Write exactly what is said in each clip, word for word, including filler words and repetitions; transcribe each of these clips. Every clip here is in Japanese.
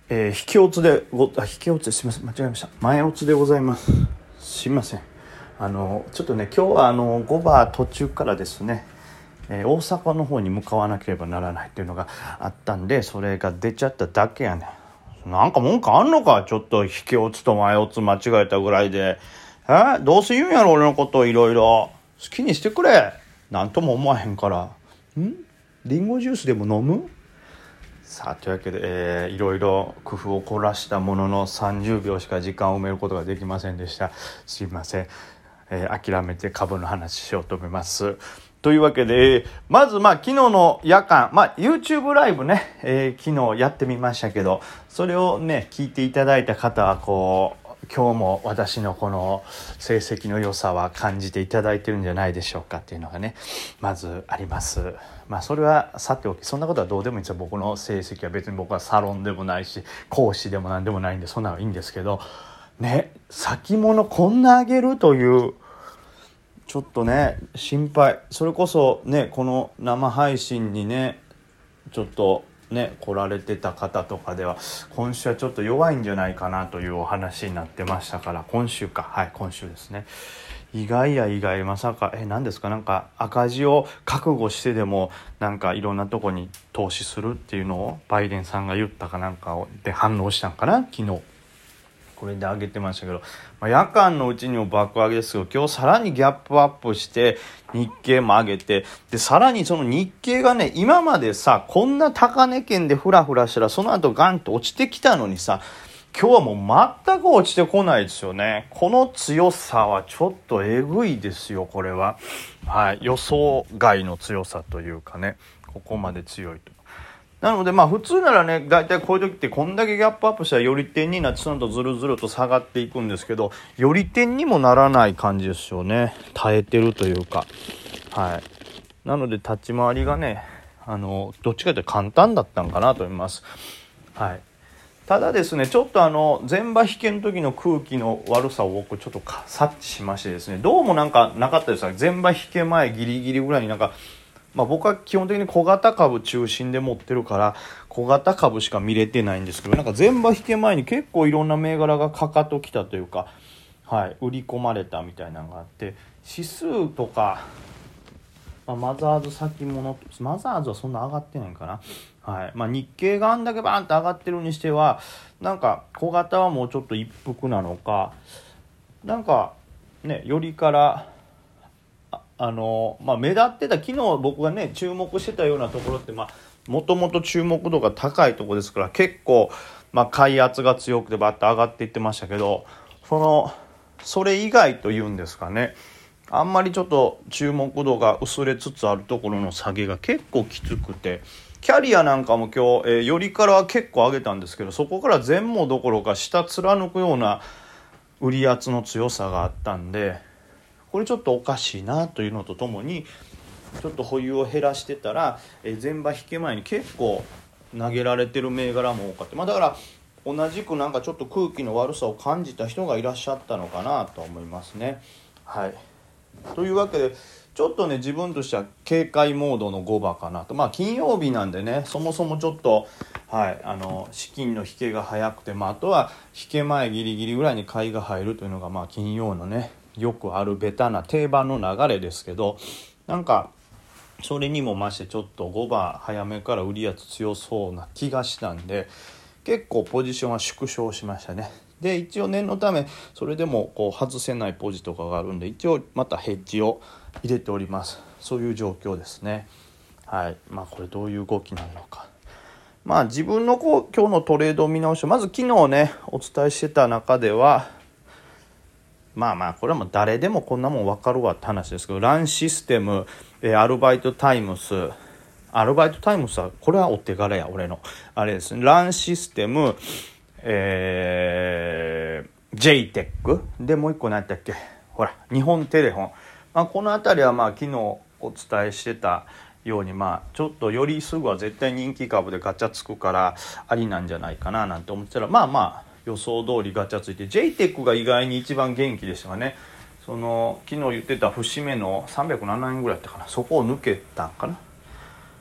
えー、引き落ちでごあ引き落ちすみません間違えました前落ちでございます。すいません。あのちょっとね今日はあのごば途中からですね、えー、大阪の方に向かわなければならないっていうのがあったんで、それが出ちゃっただけやねん。なんか文句あんのか。ちょっと引き落ちと前落ち間違えたぐらいで、えどうせ言うんやろ俺のことをいろいろ好きにしてくれ。なんとも思わへんから。んリンゴジュースでも飲む。さあというわけで、えー、いろいろ工夫を凝らしたもののさんじゅうびょうしか時間を埋めることができませんでした。すいません、えー、諦めて株の話しようと思います。というわけで、まずまあ昨日の夜間、まあ、YouTube ライブね、えー、昨日やってみましたけど、それをね聞いていただいた方はこう今日も私のこの成績の良さは感じていただいてるんじゃないでしょうかっていうのがねまずあります。まあそれはさておき、そんなことはどうでもいいんですよ。僕の成績は別に僕はサロンでもないし講師でも何でもないんで、そんなのはいいんですけどね、先物こんな上げるというちょっとね心配。それこそねこの生配信にねちょっとね来られてた方とかでは今週はちょっと弱いんじゃないかなというお話になってましたから、今週かはい今週ですね。意外や意外、まさかえ何ですか、なんか赤字を覚悟してでもなんかいろんなとこに投資するっていうのをバイデンさんが言ったかなんかで反応したんかな。昨日これで上げてましたけど、まあ、夜間のうちにも爆上げですけど、今日さらにギャップアップして日経も上げて、でさらにその日経がね今までさこんな高値圏でフラフラしたらその後ガンと落ちてきたのにさ、今日はもう全く落ちてこないですよね。この強さはちょっとえぐいですよこれは。はい予想外の強さというかね、ここまで強いと。なのでまあ普通ならねだいたいこういう時ってこんだけギャップアップしたらより点になってその後ずるずると下がっていくんですけど、より点にもならない感じですよね。耐えてるというか、はいなので立ち回りがねあのどっちかというと簡単だったのかなと思います。はいただですねちょっとあの前場引けの時の空気の悪さを僕ちょっと察知しましてですね、どうもなんかなかったですか。前場引け前ギリギリぐらいになんかまあ、僕は基本的に小型株中心で持ってるから小型株しか見れてないんですけど、なんか前場引け前に結構いろんな銘柄がかかときたというか、はい、売り込まれたみたいなのがあって、指数とか、まあ、マザーズ先物マザーズはそんな上がってないかな、はいまあ、日経があんだけバーンって上がってるにしてはなんか小型はもうちょっと一服なのか、なんかねよりからあのまあ、目立ってた昨日僕がね注目してたようなところってもともと注目度が高いところですから結構、まあ、買い圧が強くてバッと上がっていってましたけど、そのそれ以外というんですかね、あんまりちょっと注目度が薄れつつあるところの下げが結構きつくて、キャリアなんかも今日、えー、よりからは結構上げたんですけど、そこから前もどころか下貫くような売り圧の強さがあったんで、これちょっとおかしいなというのとともにちょっと保有を減らしてたら、えー、前場引け前に結構投げられてる銘柄も多かった、まあ、だから同じくなんかちょっと空気の悪さを感じた人がいらっしゃったのかなと思いますね。はいというわけでちょっとね自分としては警戒モードのごばかなと。まあ金曜日なんでねそもそもちょっとはいあの資金の引けが早くて、まあ、あとは引け前ギリギリぐらいに買いが入るというのがまあ金曜のねよくあるベタな定番の流れですけど、なんかそれにも増してちょっとごば早めから売り圧強そうな気がしたんで結構ポジションは縮小しましたね。で一応念のためそれでもこう外せないポジとかがあるんで一応またヘッジを入れております。そういう状況ですね。はいまあこれどういう動きなのか、まあ自分のこう今日のトレードを見直し、まず昨日ねお伝えしてた中ではまあまあこれはもう誰でもこんなもん分かるわって話ですけど、ランシステム、えー、アルバイトタイムスアルバイトタイムスはこれはお手柄や俺のあれですね。ランシステム、えー、ジェイテックでもう一個何やったっけ、ほら日本テレフォン、まあ、この辺りはまあ昨日お伝えしてたようにまあちょっとよりすぐは絶対人気株でガチャつくからありなんじゃないかななんて思ってたら、まあまあ予想通りガチャついて ジェイテック が意外に一番元気でしたがね、その昨日言ってた節目のさんびゃくななえんぐらいだったかな、そこを抜けたんかな。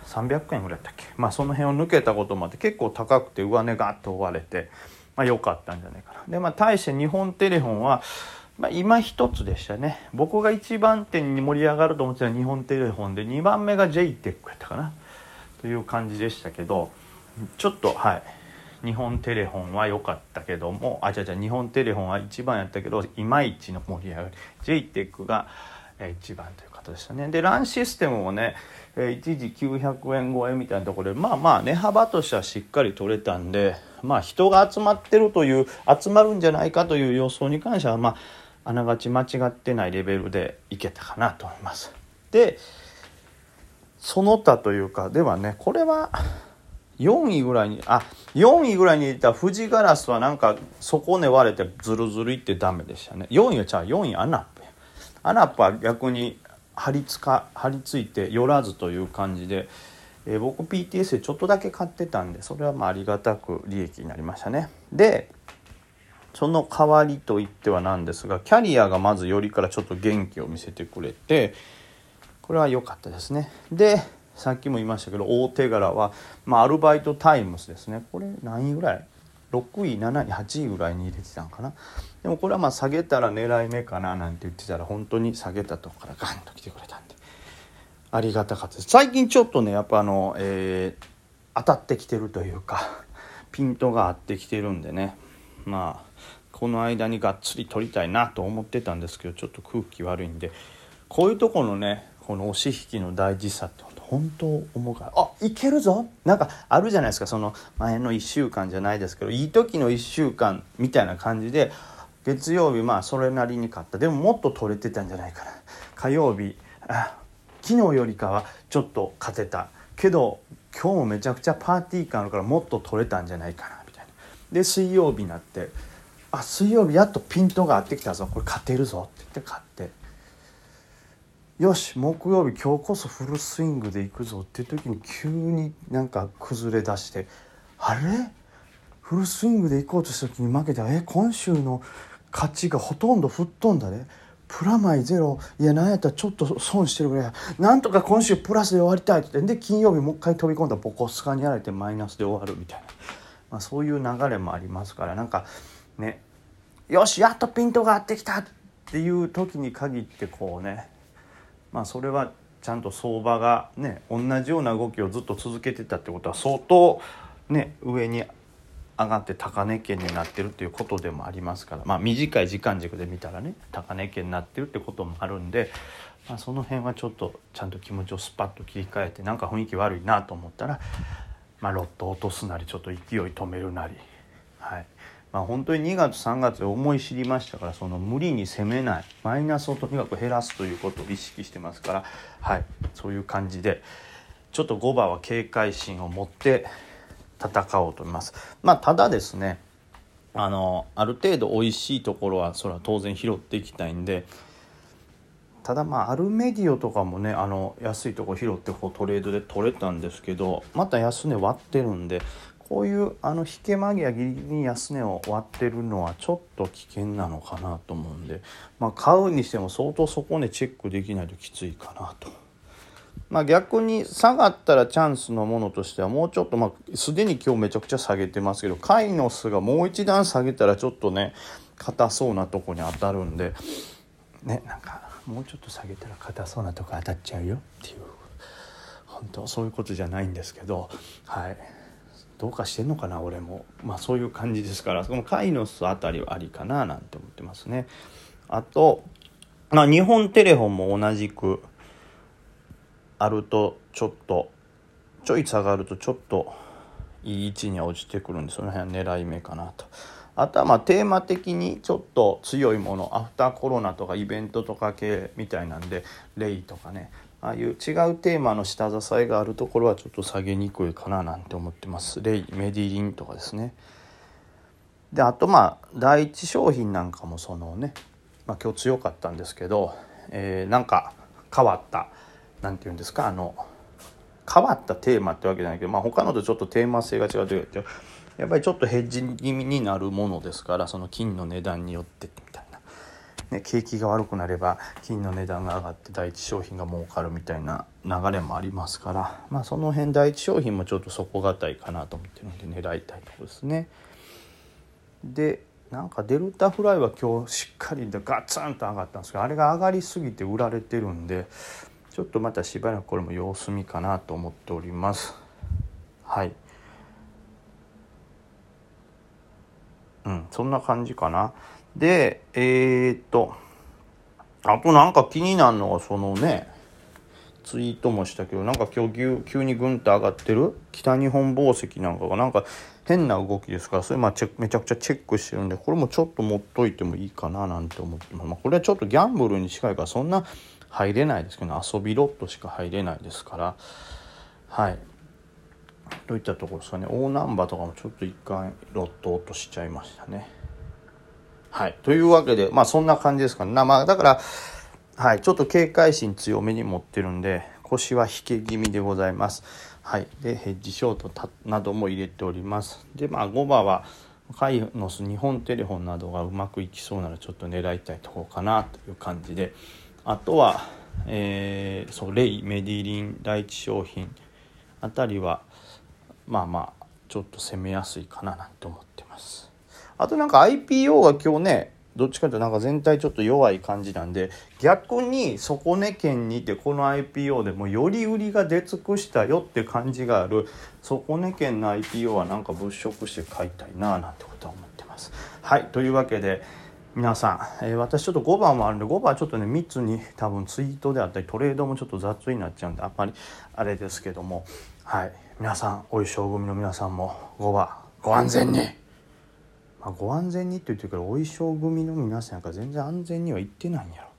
さんびゃくえんぐらいだったっけ、まあその辺を抜けたこともあって結構高くて上値がガッと追われて、まあ良かったんじゃないかな。でまあ対して日本テレフォンは、まあ、今一つでしたね。僕が一番手に盛り上がると思ってたのは日本テレフォンで、にばんめが ジェイテック やったかなという感じでしたけど、ちょっとはい日本テレフォンは良かったけども、あ、じゃじゃ日本テレフォンは一番やったけどいまいちの盛り上がり、 ジェイテック が一番ということでしたね。でランシステムもね、一時きゅうひゃくえん超えみたいなところで、まあまあ値幅としてはしっかり取れたんで、まあ人が集まってるという集まるんじゃないかという予想に関してはまああながち間違ってないレベルでいけたかなと思います。でその他というかではね、これはよんいぐらいにあよんいぐらいにいた富士ガラスはなんか底根割れてズルズルいってダメでしたね。よんいはちゃうよんいアナップやアナップは逆に張りつか張り付いて寄らずという感じで、えー、僕 ピーティーエス でちょっとだけ買ってたんで、それはまあありがたく利益になりましたね。でその代わりといってはなんですが、キャリアがまずよりからちょっと元気を見せてくれて、これは良かったですね。でさっきも言いましたけど大手柄は、まあ、アルバイトタイムスですね。これ何位ぐらいろくいなないはちいぐらいに入れてたのかな。でもこれはまあ下げたら狙い目かななんて言ってたら、本当に下げたとこからガンと来てくれたんでありがたかったです。最近ちょっとねやっぱあの、えー、当たってきてるというかピントが合ってきてるんでね、まあこの間にがっつり取りたいなと思ってたんですけど、ちょっと空気悪いんで、こういうところのねこの押し引きの大事さって本当思うから、あいけるぞなんかあるじゃないですか。その前のいっしゅうかんじゃないですけど、いい時のいっしゅうかんみたいな感じで、月曜日まあそれなりに買った、でももっと取れてたんじゃないかな。火曜日あ昨日よりかはちょっと勝てたけど今日もめちゃくちゃパーティー感あるからもっと取れたんじゃないかなみたいな。で水曜日になって、あ水曜日やっとピントが合ってきたぞ、これ勝てるぞって言って買って、よし木曜日今日こそフルスイングでいくぞっていう時に急になんか崩れ出して、あれフルスイングでいこうとした時に負けた、え今週の勝ちがほとんど吹っ飛んだね、プラマイゼロ、いやなんやったらちょっと損してるぐらい、なんとか今週プラスで終わりたいって言って、で金曜日もう一回飛び込んだらボコスカにやられてマイナスで終わるみたいな、まあ、そういう流れもありますから、なんかねよしやっとピントが合ってきたっていう時に限ってこうね、まあそれはちゃんと相場がね同じような動きをずっと続けてたってことは相当ね上に上がって高値圏になってるっていうことでもありますから、まあ短い時間軸で見たらね高値圏になってるってこともあるんで、まあ、その辺はちょっとちゃんと気持ちをスパッと切り替えて、なんか雰囲気悪いなと思ったら、まあ、ロット落とすなりちょっと勢い止めるなり、はいまあ、本当ににがつさんがつで思い知りましたから、その無理に攻めないマイナスをとにかく減らすということを意識してますから、はい、そういう感じでちょっとごばは警戒心を持って戦おうと思います。まあただですね、あのある程度美味しいところはそれは当然拾っていきたいんで、ただまああるメディオとかもねあの安いところ拾ってこうトレードで取れたんですけど、また安値割ってるんで、こういうあの引け間際ギリギリに安値を割ってるのはちょっと危険なのかなと思うんで、まあ、買うにしても相当そこでチェックできないときついかなと。まあ、逆に下がったらチャンスのものとしてはもうちょっと、まあ、すでに今日めちゃくちゃ下げてますけど、カイノスがもう一段下げたらちょっとね硬そうなとこに当たるんでね、なんかもうちょっと下げたら硬そうなとこ当たっちゃうよっていう、本当そういうことじゃないんですけど、はいどうかしてんのかな俺も、まあそういう感じですから、そのカイノスあたりはありかななんて思ってますね。あと、まあ、日本テレフォンも同じくあるとちょっとちょい下がるとちょっといい位置には落ちてくるんで、その辺は狙い目かなと。あとはまあテーマ的にちょっと強いもの、アフターコロナとかイベントとか系みたいなんで、レイとかね、ああいう違うテーマの下支えがあるところはちょっと下げにくいかななんて思ってます。レイ、メディリンとかですね。であとまあ第一商品なんかもそのね、まあ、今日強かったんですけど、えー、なんか変わったなんていうんですか、あの変わったテーマってわけじゃないけど、まあ、他のとちょっとテーマ性が違うというか、やっぱりちょっとヘッジ気味になるものですから、その金の値段によってみたいな、 ね、景気が悪くなれば金の値段が上がって第一商品が儲かるみたいな流れもありますから、まあ、その辺第一商品もちょっと底堅いかなと思ってるので狙いたいところですね。でなんかデルタフライは今日しっかりでガツンと上がったんですけど、あれが上がりすぎて売られてるんでちょっとまたしばらくこれも様子見かなと思っております。はい、うん、そんな感じかな。でえー、っとあとなんか気になるのがそのねツイートもしたけど、なんか今日急にぐんと上がってる北日本紡績なんかがなんか変な動きですから、それまあチェめちゃくちゃチェックしてるんで、これもちょっと持っといてもいいかななんて思ってます。まあ、これはちょっとギャンブルに近いからそんな入れないですけど、遊びロットしか入れないですから、はいといったところですかね。大ナンバーとかもちょっと一回ロット落としちゃいましたね。はいというわけでまあそんな感じですかね。まあだからはいちょっと警戒心強めに持ってるんで腰は引け気味でございます。はいでヘッジショートなども入れております。でまあごばはカイノス日本テレフォンなどがうまくいきそうならちょっと狙いたいところかなという感じで、あとは、えー、そうレイメディリン第一商品あたりはまあまあちょっと攻めやすいかななんて思ってます。あとなんか アイピーオー が今日ねどっちかというとなんか全体ちょっと弱い感じなんで、逆に底値圏にてこの アイピーオー でもより売りが出尽くしたよって感じがある底値圏の アイピーオー はなんか物色して買いたいななんてことは思ってます。はいというわけで皆さん、えー、私ちょっとごばもあるんでごばはちょっとねみっつに多分ツイートであったりトレードもちょっと雑になっちゃうんであんまりあれですけども、はい皆さんおい将組の皆さんもごばご安全に、まあ、ご安全にって言ってるけどおい将組の皆さんが全然安全には言ってないんやろ。